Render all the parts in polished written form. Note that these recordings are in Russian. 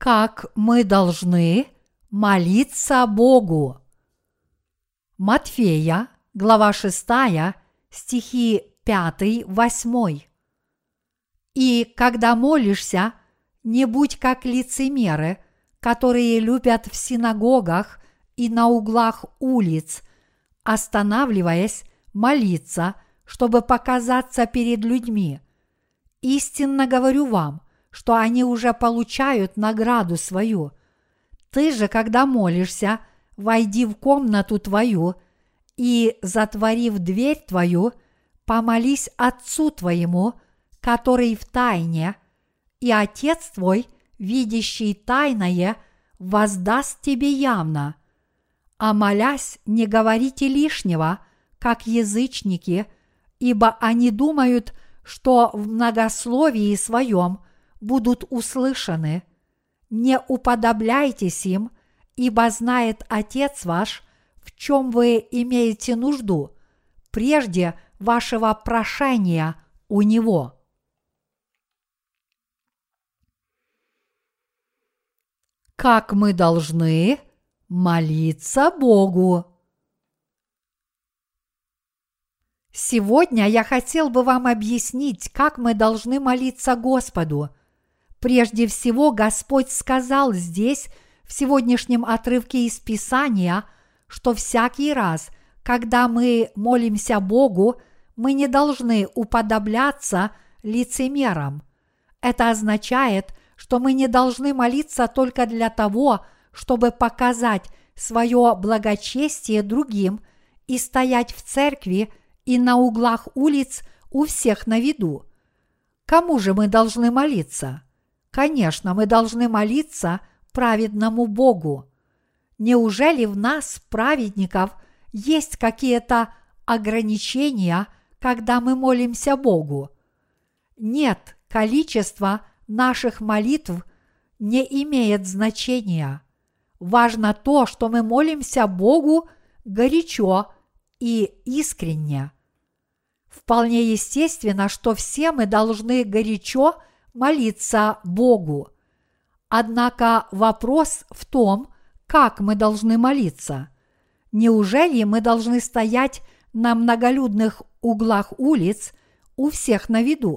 Как мы должны молиться Богу? Матфея, глава 6, стихи 5-8. И когда молишься, не будь как лицемеры, которые любят в синагогах и на углах улиц, останавливаясь, молиться, чтобы показаться перед людьми. Истинно говорю вам, что они уже получают награду свою. Ты же, когда молишься, войди в комнату твою и, затворив дверь твою, помолись Отцу твоему, который в тайне, и Отец твой, видящий тайное, воздаст тебе явно. А молясь, не говорите лишнего, как язычники, ибо они думают, что в многословии своем будут услышаны. Не уподобляйтесь им, ибо знает Отец ваш, в чем вы имеете нужду, прежде вашего прошения у Него. Как мы должны молиться Богу? Сегодня я хотел бы вам объяснить, как мы должны молиться Господу. Прежде всего, Господь сказал здесь, в сегодняшнем отрывке из Писания, что всякий раз, когда мы молимся Богу, мы не должны уподобляться лицемерам. Это означает, что мы не должны молиться только для того, чтобы показать свое благочестие другим и стоять в церкви и на углах улиц у всех на виду. Кому же мы должны молиться? Конечно, мы должны молиться праведному Богу. Неужели в нас, праведников, есть какие-то ограничения, когда мы молимся Богу? Нет, количество наших молитв не имеет значения. Важно то, что мы молимся Богу горячо и искренне. Вполне естественно, что все мы должны горячо молиться Богу. Однако вопрос в том, как мы должны молиться. Неужели мы должны стоять на многолюдных углах улиц у всех на виду?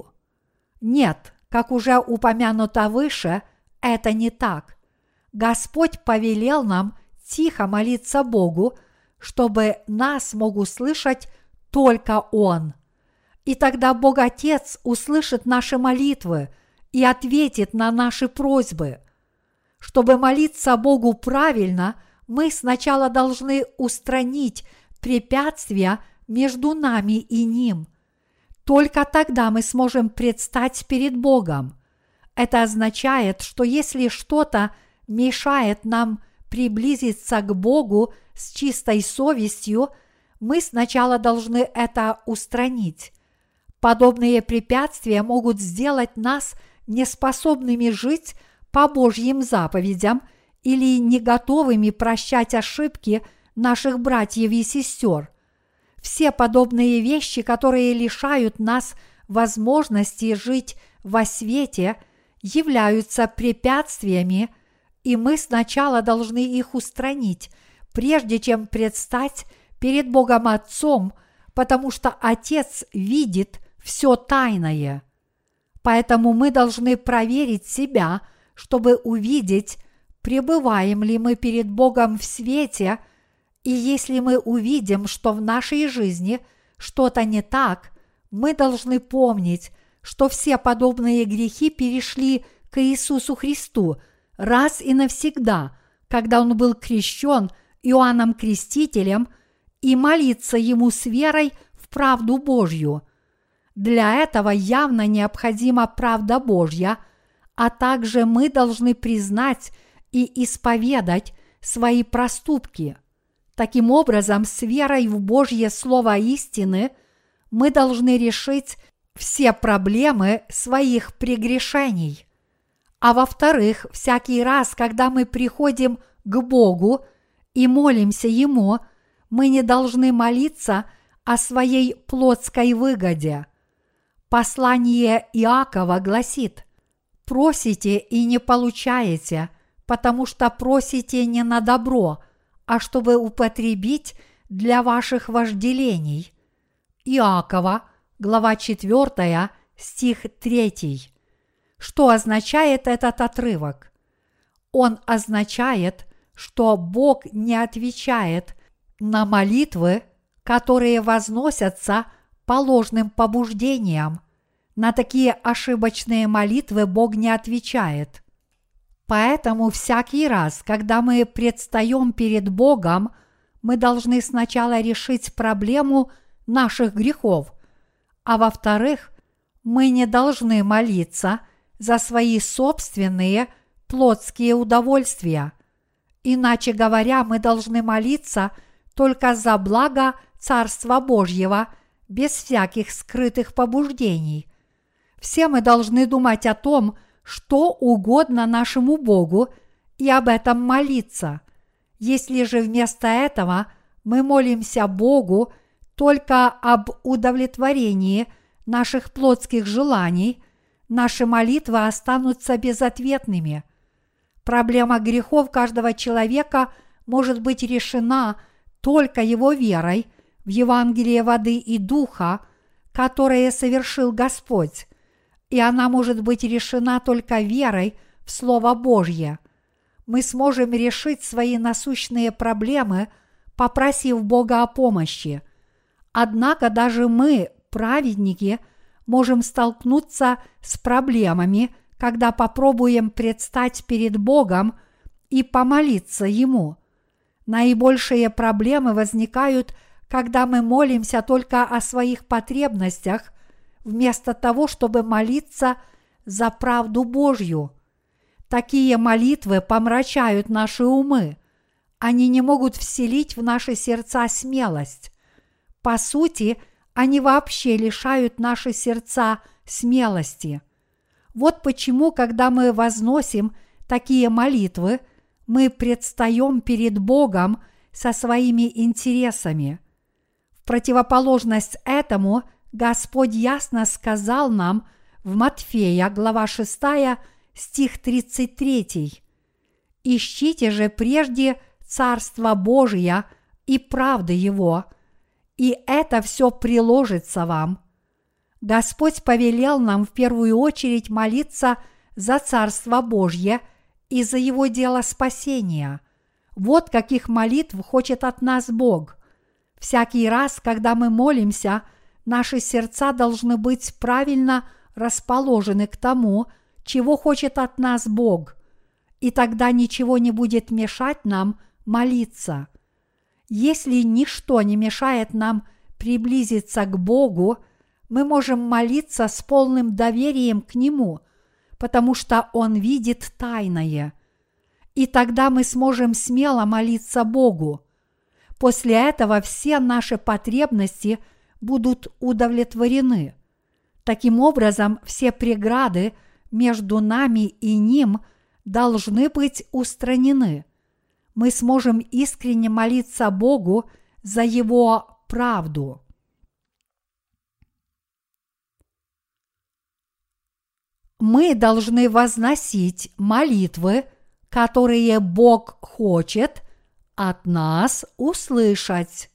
Нет, как уже упомянуто выше, это не так. Господь повелел нам тихо молиться Богу, чтобы нас мог услышать только Он. И тогда Бог Отец услышит наши молитвы и ответит на наши просьбы. Чтобы молиться Богу правильно, мы сначала должны устранить препятствия между нами и Ним. Только тогда мы сможем предстать перед Богом. Это означает, что если что-то мешает нам приблизиться к Богу с чистой совестью, мы сначала должны это устранить. Подобные препятствия могут сделать нас неспособными жить по Божьим заповедям или не готовыми прощать ошибки наших братьев и сестер. Все подобные вещи, которые лишают нас возможности жить во свете, являются препятствиями, и мы сначала должны их устранить, прежде чем предстать перед Богом Отцом, потому что Отец видит все тайное. Поэтому мы должны проверить себя, чтобы увидеть, пребываем ли мы перед Богом в свете, и если мы увидим, что в нашей жизни что-то не так, мы должны помнить, что все подобные грехи перешли к Иисусу Христу раз и навсегда, когда Он был крещен Иоанном Крестителем, и молиться Ему с верой в правду Божью. Для этого явно необходима правда Божья, а также мы должны признать и исповедать свои проступки. Таким образом, с верой в Божье Слово истины мы должны решить все проблемы своих прегрешений. А во-вторых, всякий раз, когда мы приходим к Богу и молимся Ему, мы не должны молиться о своей плотской выгоде. Послание Иакова гласит: «Просите и не получаете, потому что просите не на добро, а чтобы употребить для ваших вожделений. Иакова, глава 4, стих 3. Что означает этот отрывок? Он означает, что Бог не отвечает на молитвы, которые возносятся по ложным побуждениям. На такие ошибочные молитвы Бог не отвечает. Поэтому всякий раз, когда мы предстаем перед Богом, мы должны сначала решить проблему наших грехов, а во-вторых, мы не должны молиться за свои собственные плотские удовольствия. Иначе говоря, мы должны молиться только за благо Царства Божьего, без всяких скрытых побуждений. Все мы должны думать о том, что угодно нашему Богу, и об этом молиться. Если же вместо этого мы молимся Богу только об удовлетворении наших плотских желаний, наши молитвы останутся безответными. Проблема грехов каждого человека может быть решена только его верой в Евангелие воды и духа, которое совершил Господь, и она может быть решена только верой в Слово Божье. Мы сможем решить свои насущные проблемы, попросив Бога о помощи. Однако даже мы, праведники, можем столкнуться с проблемами, когда попробуем предстать перед Богом и помолиться Ему. Наибольшие проблемы возникают, когда мы молимся только о своих потребностях, вместо того, чтобы молиться за правду Божью. Такие молитвы помрачают наши умы. Они не могут вселить в наши сердца смелость. По сути, они вообще лишают наши сердца смелости. Вот почему, когда мы возносим такие молитвы, мы предстаем перед Богом со своими интересами. В противоположность этому Господь ясно сказал нам в Матфея, глава 6, стих 33. «Ищите же прежде Царство Божие и правды Его, и это все приложится вам». Господь повелел нам в первую очередь молиться за Царство Божье и за Его дело спасения. Вот каких молитв хочет от нас Бог. Всякий раз, когда мы молимся, наши сердца должны быть правильно расположены к тому, чего хочет от нас Бог, и тогда ничего не будет мешать нам молиться. Если ничто не мешает нам приблизиться к Богу, мы можем молиться с полным доверием к Нему, потому что Он видит тайное. И тогда мы сможем смело молиться Богу. После этого все наши потребности будут удовлетворены. Таким образом, все преграды между нами и Ним должны быть устранены. Мы сможем искренне молиться Богу за Его правду. Мы должны возносить молитвы, которые Бог хочет от нас услышать.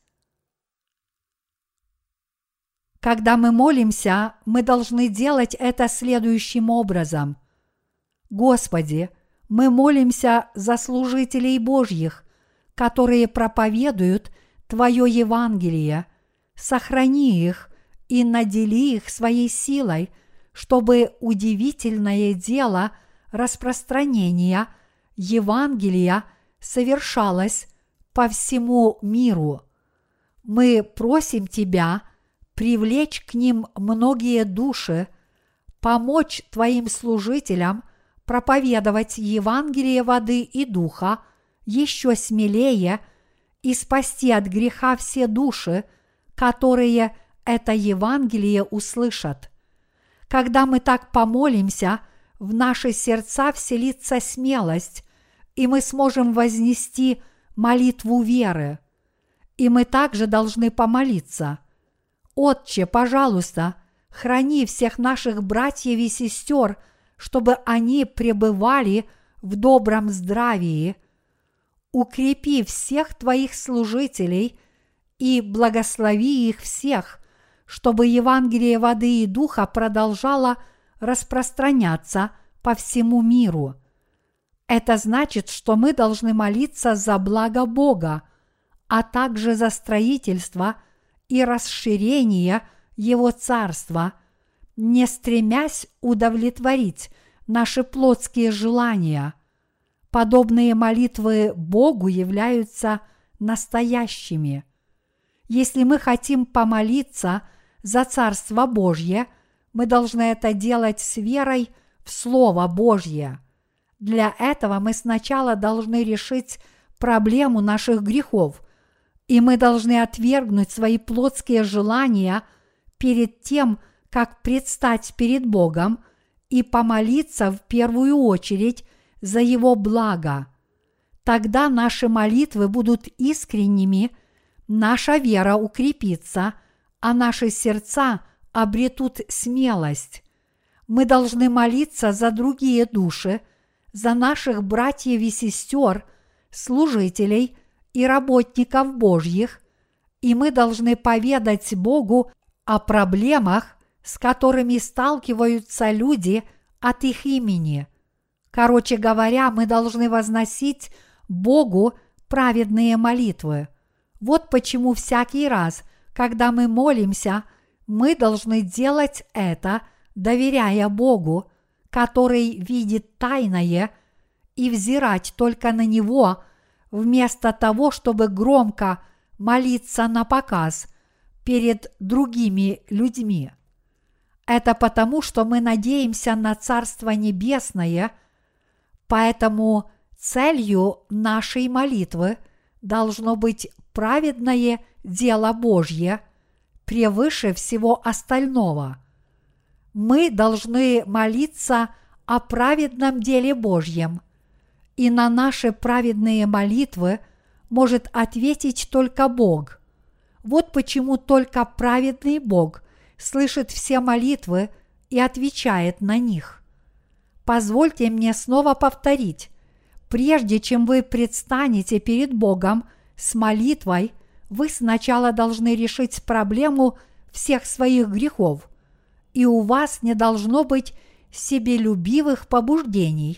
Когда мы молимся, мы должны делать это следующим образом. Господи, мы молимся за служителей Божьих, которые проповедуют Твое Евангелие. Сохрани их и надели их своей силой, чтобы удивительное дело распространения Евангелия совершалось по всему миру. Мы просим Тебя привлечь к ним многие души, помочь Твоим служителям проповедовать Евангелие воды и духа еще смелее и спасти от греха все души, которые это Евангелие услышат. Когда мы так помолимся, в наши сердца вселится смелость, и мы сможем вознести молитву веры. И мы также должны помолиться: «Отче, пожалуйста, храни всех наших братьев и сестер, чтобы они пребывали в добром здравии, укрепи всех твоих служителей и благослови их всех, чтобы Евангелие воды и духа продолжало распространяться по всему миру. Это значит, что мы должны молиться за благо Бога, а также за строительство и расширение Его Царства, не стремясь удовлетворить наши плотские желания. Подобные молитвы Богу являются настоящими. Если мы хотим помолиться за Царство Божье, мы должны это делать с верой в Слово Божье. Для этого мы сначала должны решить проблему наших грехов, и мы должны отвергнуть свои плотские желания перед тем, как предстать перед Богом и помолиться в первую очередь за Его благо. Тогда наши молитвы будут искренними, наша вера укрепится, а наши сердца обретут смелость. Мы должны молиться за другие души, за наших братьев и сестер, служителей и работников Божьих, и мы должны поведать Богу о проблемах, с которыми сталкиваются люди от их имени. Короче говоря, мы должны возносить Богу праведные молитвы. Вот почему всякий раз, когда мы молимся, мы должны делать это, доверяя Богу, который видит тайное, и взирать только на Него, вместо того, чтобы громко молиться напоказ перед другими людьми. Это потому, что мы надеемся на Царство Небесное, поэтому целью нашей молитвы должно быть праведное дело Божье превыше всего остального. Мы должны молиться о праведном деле Божьем, и на наши праведные молитвы может ответить только Бог. Вот почему только праведный Бог слышит все молитвы и отвечает на них. Позвольте мне снова повторить: прежде чем вы предстанете перед Богом с молитвой, вы сначала должны решить проблему всех своих грехов, и у вас не должно быть себелюбивых побуждений,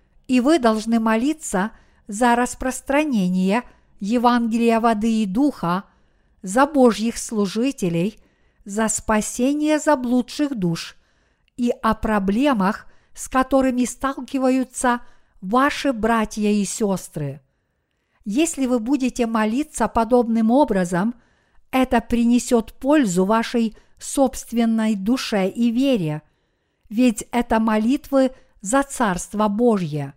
и вы должны молиться за распространение Евангелия воды и духа, за Божьих служителей, за спасение заблудших душ и о проблемах, с которыми сталкиваются ваши братья и сестры. Если вы будете молиться подобным образом, это принесет пользу вашей собственной душе и вере, ведь это молитвы за Царство Божье.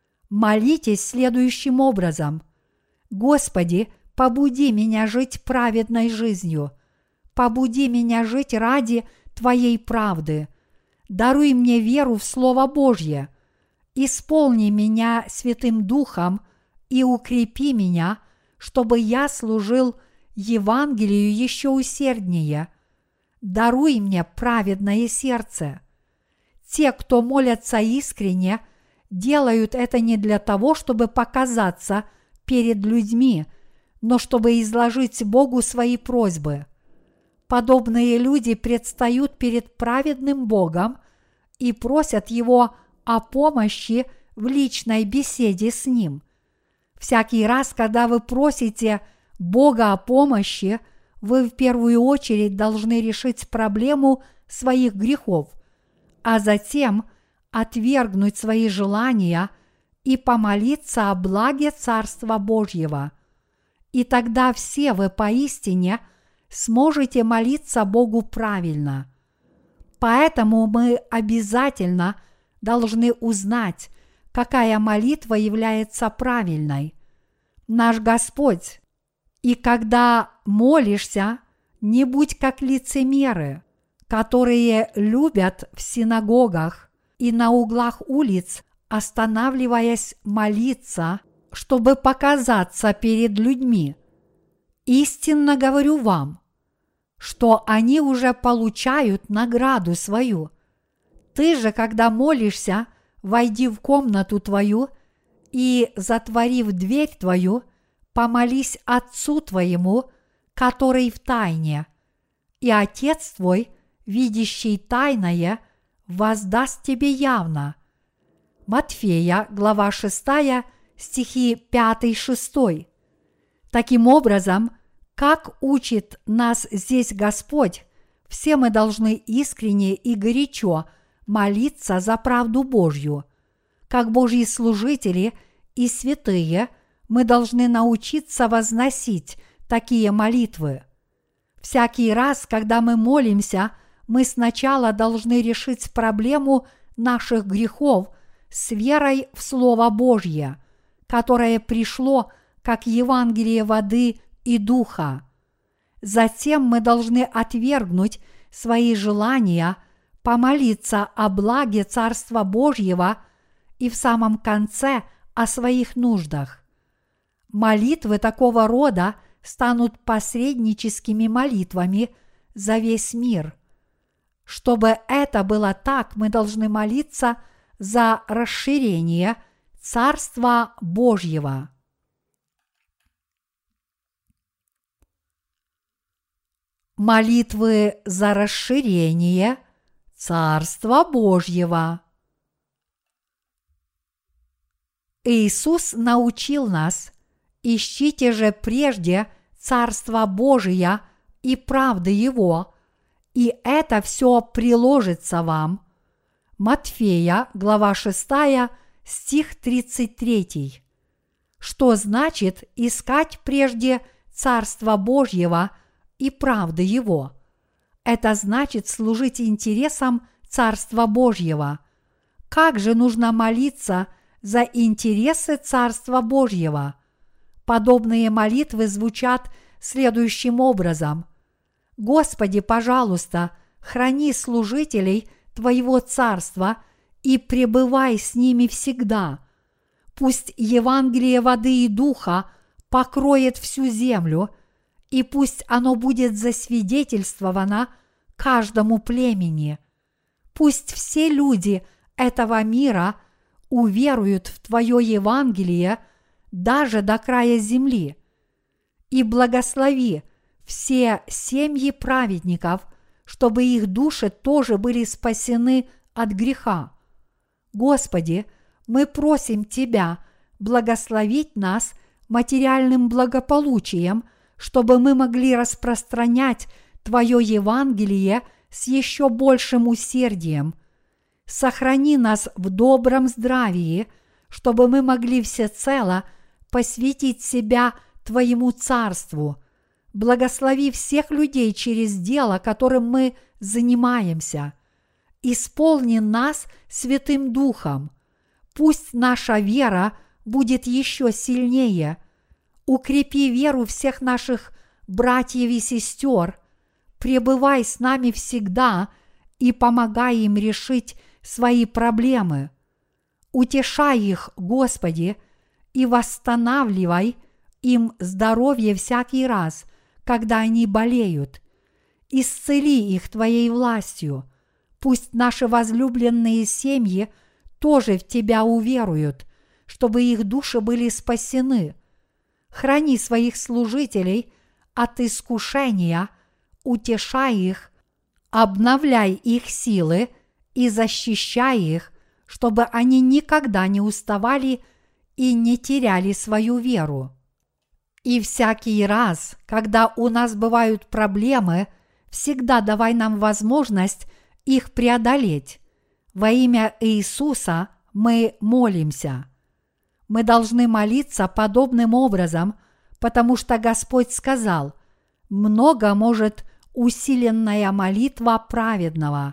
Молитесь следующим образом: «Господи, побуди меня жить праведной жизнью, побуди меня жить ради Твоей правды, даруй мне веру в Слово Божье, исполни меня Святым Духом и укрепи меня, чтобы я служил Евангелию еще усерднее. Даруй мне праведное сердце». Те, кто молятся искренне, делают это не для того, чтобы показаться перед людьми, но чтобы изложить Богу свои просьбы. Подобные люди предстают перед праведным Богом и просят Его о помощи в личной беседе с Ним. Всякий раз, когда вы просите Бога о помощи, вы в первую очередь должны решить проблему своих грехов, а затем отвергнуть свои желания и помолиться о благе Царства Божьего. И тогда все вы поистине сможете молиться Богу правильно. Поэтому мы обязательно должны узнать, какая молитва является правильной. Наш Господь. И когда молишься, не будь как лицемеры, которые любят в синагогах и на углах улиц, останавливаясь молиться, чтобы показаться перед людьми. Истинно говорю вам, что они уже получают награду свою. Ты же, когда молишься, войди в комнату твою и, затворив дверь твою, помолись Отцу твоему, который в тайне, и Отец твой, видящий тайное, воздаст тебе явно». Матфея, глава 6, стихи 5-6. Таким образом, как учит нас здесь Господь, все мы должны искренне и горячо молиться за правду Божью. Как Божьи служители и святые, мы должны научиться возносить такие молитвы. Всякий раз, когда мы молимся, мы сначала должны решить проблему наших грехов с верой в Слово Божье, которое пришло как Евангелие воды и духа. Затем мы должны отвергнуть свои желания, помолиться о благе Царства Божьего и в самом конце о своих нуждах. Молитвы такого рода станут посредническими молитвами за весь мир. Чтобы это было так, мы должны молиться за расширение Царства Божьего. Молитвы за расширение Царства Божьего. Иисус научил нас: ищите же прежде Царство Божие и правды Его, и это все приложится вам. Матфея, глава 6, стих 33. Что значит искать прежде Царства Божьего и правды Его? Это значит служить интересам Царства Божьего. Как же нужно молиться за интересы Царства Божьего? Подобные молитвы звучат следующим образом: «Господи, пожалуйста, храни служителей Твоего Царства и пребывай с ними всегда. Пусть Евангелие воды и духа покроет всю землю, и пусть оно будет засвидетельствовано каждому племени. Пусть все люди этого мира уверуют в Твое Евангелие даже до края земли. И благослови все семьи праведников, чтобы их души тоже были спасены от греха. Господи, мы просим Тебя благословить нас материальным благополучием, чтобы мы могли распространять Твое Евангелие с еще большим усердием. Сохрани нас в добром здравии, чтобы мы могли всецело посвятить себя Твоему Царству. Благослови всех людей через дело, которым мы занимаемся. Исполни нас Святым Духом. Пусть наша вера будет еще сильнее. Укрепи веру всех наших братьев и сестер. Пребывай с нами всегда и помогай им решить свои проблемы. Утешай их, Господи, и восстанавливай им здоровье всякий раз, когда они болеют. Исцели их Твоей властью. Пусть наши возлюбленные семьи тоже в Тебя уверуют, чтобы их души были спасены. Храни своих служителей от искушения, утешай их, обновляй их силы и защищай их, чтобы они никогда не уставали и не теряли свою веру. И всякий раз, когда у нас бывают проблемы, всегда давай нам возможность их преодолеть. Во имя Иисуса мы молимся. Мы должны молиться подобным образом, потому что Господь сказал: «Много может усиленная молитва праведного».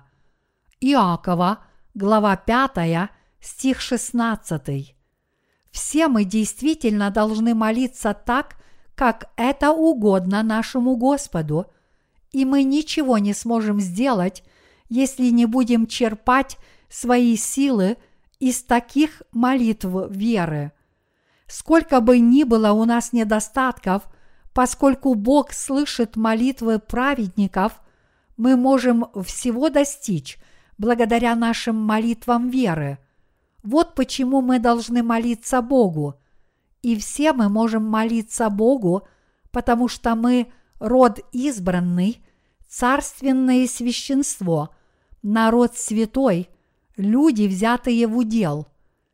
Иакова, глава 5, стих 16. Все мы действительно должны молиться так, как это угодно нашему Господу, и мы ничего не сможем сделать, если не будем черпать свои силы из таких молитв веры. Сколько бы ни было у нас недостатков, поскольку Бог слышит молитвы праведников, мы можем всего достичь благодаря нашим молитвам веры. Вот почему мы должны молиться Богу. И все мы можем молиться Богу, потому что мы род избранный, царственное священство, народ святой, люди, взятые в удел.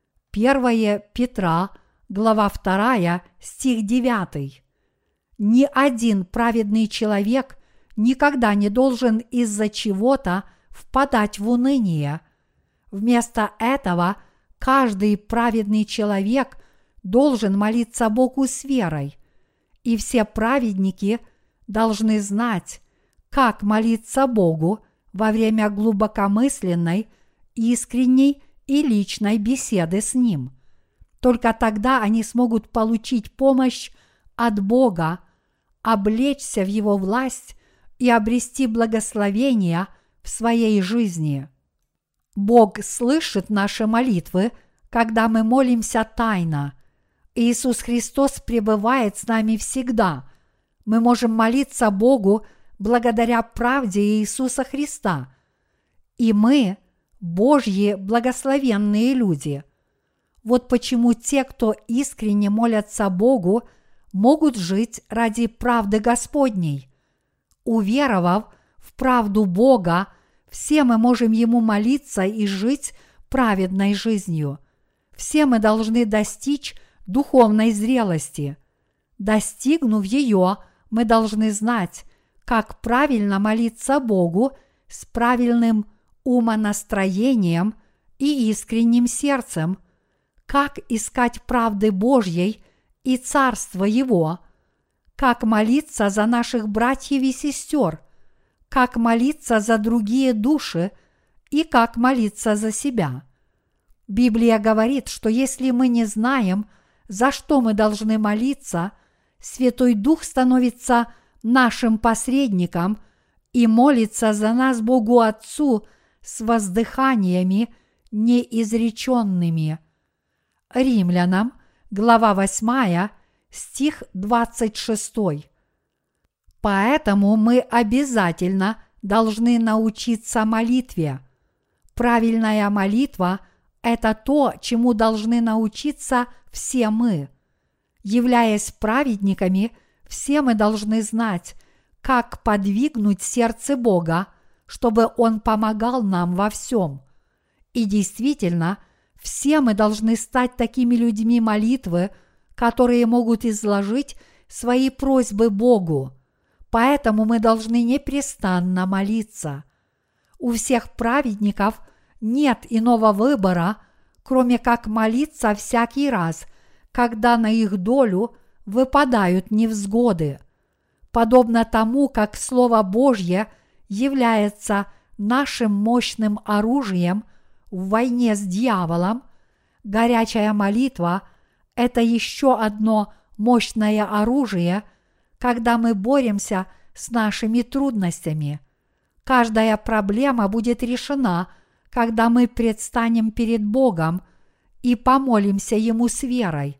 1 Петра, глава 2, стих 9. Ни один праведный человек никогда не должен из-за чего-то впадать в уныние. Вместо этого каждый праведный человек должен молиться Богу с верой. И все праведники должны знать, как молиться Богу во время глубокомысленной, искренней и личной беседы с Ним. Только тогда они смогут получить помощь от Бога, облечься в Его власть и обрести благословение в своей жизни. Бог слышит наши молитвы, когда мы молимся тайно. Иисус Христос пребывает с нами всегда. Мы можем молиться Богу благодаря правде Иисуса Христа. И мы – Божьи благословенные люди. Вот почему те, кто искренне молятся Богу, могут жить ради правды Господней. Уверовав в правду Бога, все мы можем Ему молиться и жить праведной жизнью. Все мы должны достичь духовной зрелости. Достигнув ее, мы должны знать, как правильно молиться Богу с правильным умонастроением и искренним сердцем, как искать правды Божьей и Царства Его, как молиться за наших братьев и сестер, как молиться за другие души и как молиться за себя. Библия говорит, что если мы не знаем, за что мы должны молиться, Святой Дух становится нашим посредником и молится за нас Богу Отцу с воздыханиями неизреченными. Римлянам, глава 8, стих 26. Поэтому мы обязательно должны научиться молитве. Правильная молитва – это то, чему должны научиться все мы. Являясь праведниками, все мы должны знать, как подвигнуть сердце Бога, чтобы Он помогал нам во всем. И действительно, все мы должны стать такими людьми молитвы, которые могут изложить свои просьбы Богу. Поэтому мы должны непрестанно молиться. У всех праведников нет иного выбора, кроме как молиться всякий раз, когда на их долю выпадают невзгоды. Подобно тому, как Слово Божье является нашим мощным оружием в войне с дьяволом, горячая молитва – это еще одно мощное оружие, когда мы боремся с нашими трудностями. Каждая проблема будет решена, когда мы предстанем перед Богом и помолимся Ему с верой.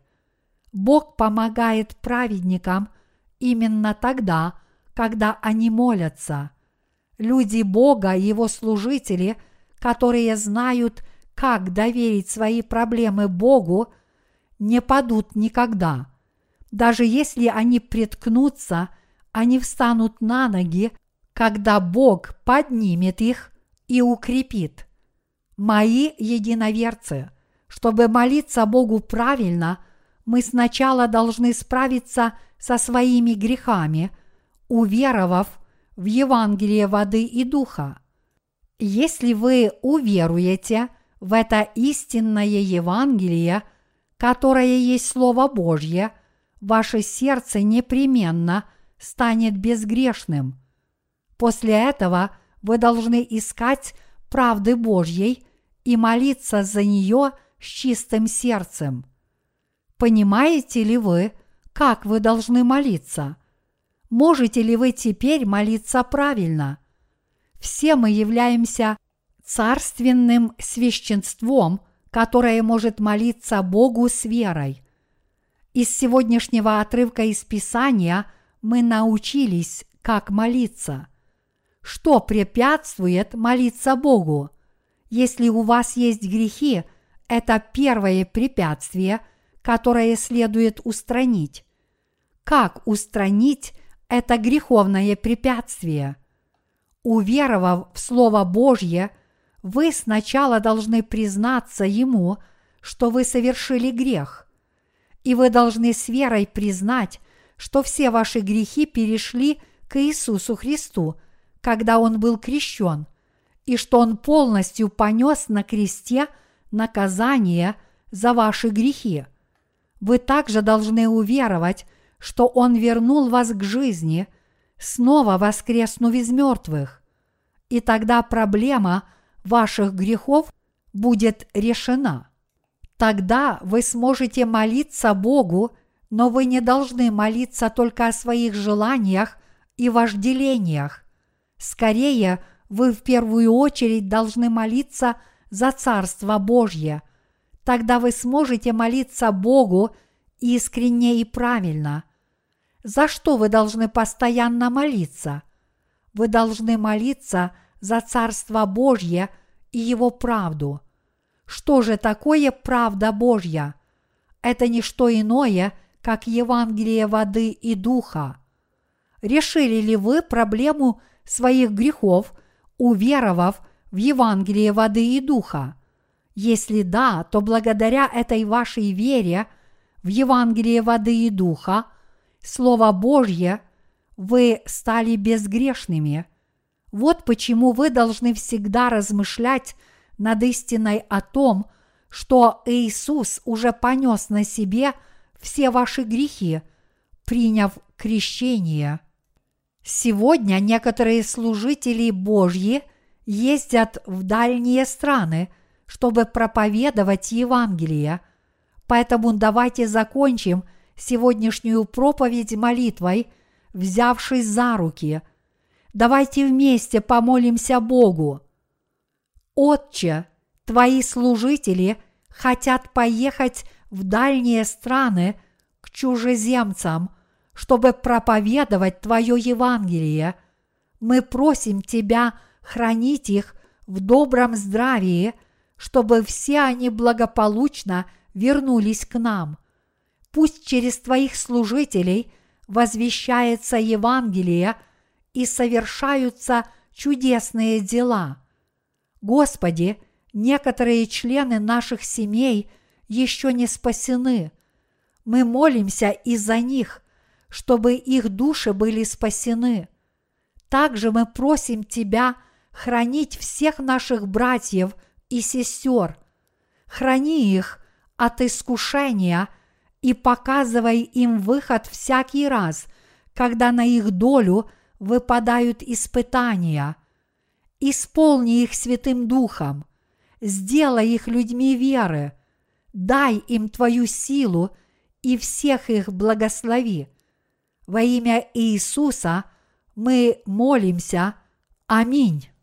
Бог помогает праведникам именно тогда, когда они молятся. Люди Бога и Его служители, которые знают, как доверить свои проблемы Богу, не падут никогда. Даже если они приткнутся, они встанут на ноги, когда Бог поднимет их и укрепит. Мои единоверцы, чтобы молиться Богу правильно, мы сначала должны справиться со своими грехами, уверовав в Евангелие воды и духа. Если вы уверуете в это истинное Евангелие, которое есть Слово Божье, ваше сердце непременно станет безгрешным. После этого вы должны искать правды Божьей и молиться за нее с чистым сердцем. Понимаете ли вы, как вы должны молиться? Можете ли вы теперь молиться правильно? Все мы являемся царственным священством, которое может молиться Богу с верой. Из сегодняшнего отрывка из Писания мы научились, как молиться. Что препятствует молиться Богу? Если у вас есть грехи, Это первое препятствие, которое следует устранить. Как устранить это греховное препятствие? Уверовав в Слово Божье, вы сначала должны признаться Ему, что вы совершили грех, и вы должны с верой признать, что все ваши грехи перешли к Иисусу Христу, когда Он был крещен, и что Он полностью понес на кресте наказание за ваши грехи. Вы также должны уверовать, что Он вернул вас к жизни, снова воскреснув из мертвых, и тогда проблема ваших грехов будет решена. Тогда вы сможете молиться Богу, но вы не должны молиться только о своих желаниях и вожделениях. Скорее, вы в первую очередь должны молиться за Царство Божье. Тогда вы сможете молиться Богу искренне и правильно. За что вы должны постоянно молиться? Вы должны молиться за Царство Божье и Его правду. Что же такое правда Божья? Это не что иное, как Евангелие воды и духа. Решили ли вы проблему своих грехов, уверовав в Евангелие воды и духа? Если да, то благодаря этой вашей вере в Евангелие воды и духа, Слово Божье, вы стали безгрешными. Вот почему вы должны всегда размышлять над истиной о том, что Иисус уже понес на себе все ваши грехи, приняв крещение. Сегодня некоторые служители Божьи ездят в дальние страны, чтобы проповедовать Евангелие. Поэтому давайте закончим сегодняшнюю проповедь молитвой, взявшись за руки. Давайте вместе помолимся Богу. Отче, Твои служители хотят поехать в дальние страны к чужеземцам, чтобы проповедовать Твое Евангелие. Мы просим Тебя хранить их в добром здравии, чтобы все они благополучно вернулись к нам. Пусть через Твоих служителей возвещается Евангелие и совершаются чудесные дела. Господи, некоторые члены наших семей еще не спасены. Мы молимся из-за них, чтобы их души были спасены. Также мы просим Тебя хранить всех наших братьев и сестер. Храни их от искушения и показывай им выход всякий раз, когда на их долю выпадают испытания. Исполни их Святым Духом, сделай их людьми веры, дай им Твою силу и всех их благослови. Во имя Иисуса мы молимся. Аминь.